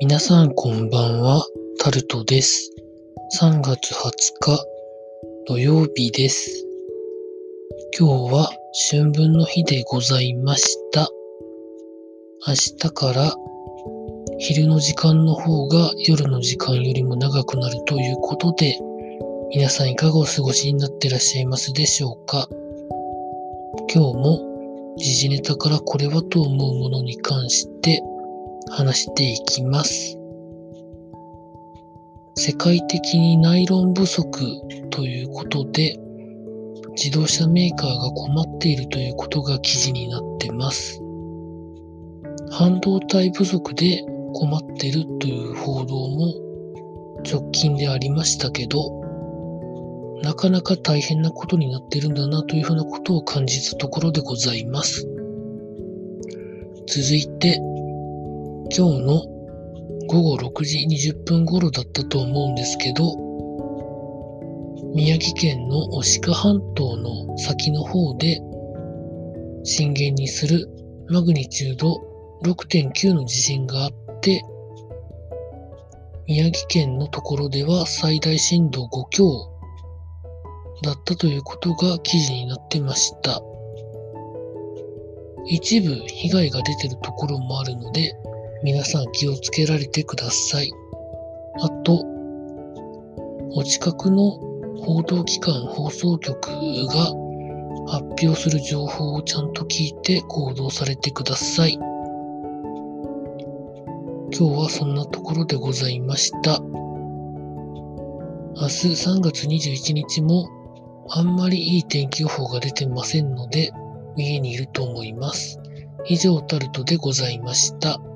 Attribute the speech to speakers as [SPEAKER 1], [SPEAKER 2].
[SPEAKER 1] 皆さんこんばんは、タルトです。3月20日土曜日です。今日は春分の日でございました。明日から昼の時間の方が夜の時間よりも長くなるということで、皆さんいかがお過ごしになっていらっしゃいますでしょうか。今日も時事ネタからこれはと思うものに関して話していきます。世界的にナイロン不足ということで、自動車メーカーが困っているということが記事になってます。半導体不足で困っているという報道も直近でありましたけど、なかなか大変なことになっているんだなというふうなことを感じたところでございます。続いて、今日の午後6時20分頃だったと思うんですけど、宮城県の牡鹿半島の先の方で震源にするマグニチュード 6.9 の地震があって、宮城県のところでは最大震度5強だったということが記事になってました。一部被害が出ているところもあるので、皆さん気をつけられてください。あと、お近くの報道機関、放送局が発表する情報をちゃんと聞いて行動されてください。今日はそんなところでございました。明日3月21日もあんまりいい天気予報が出てませんので、家にいると思います。以上タルトでございました。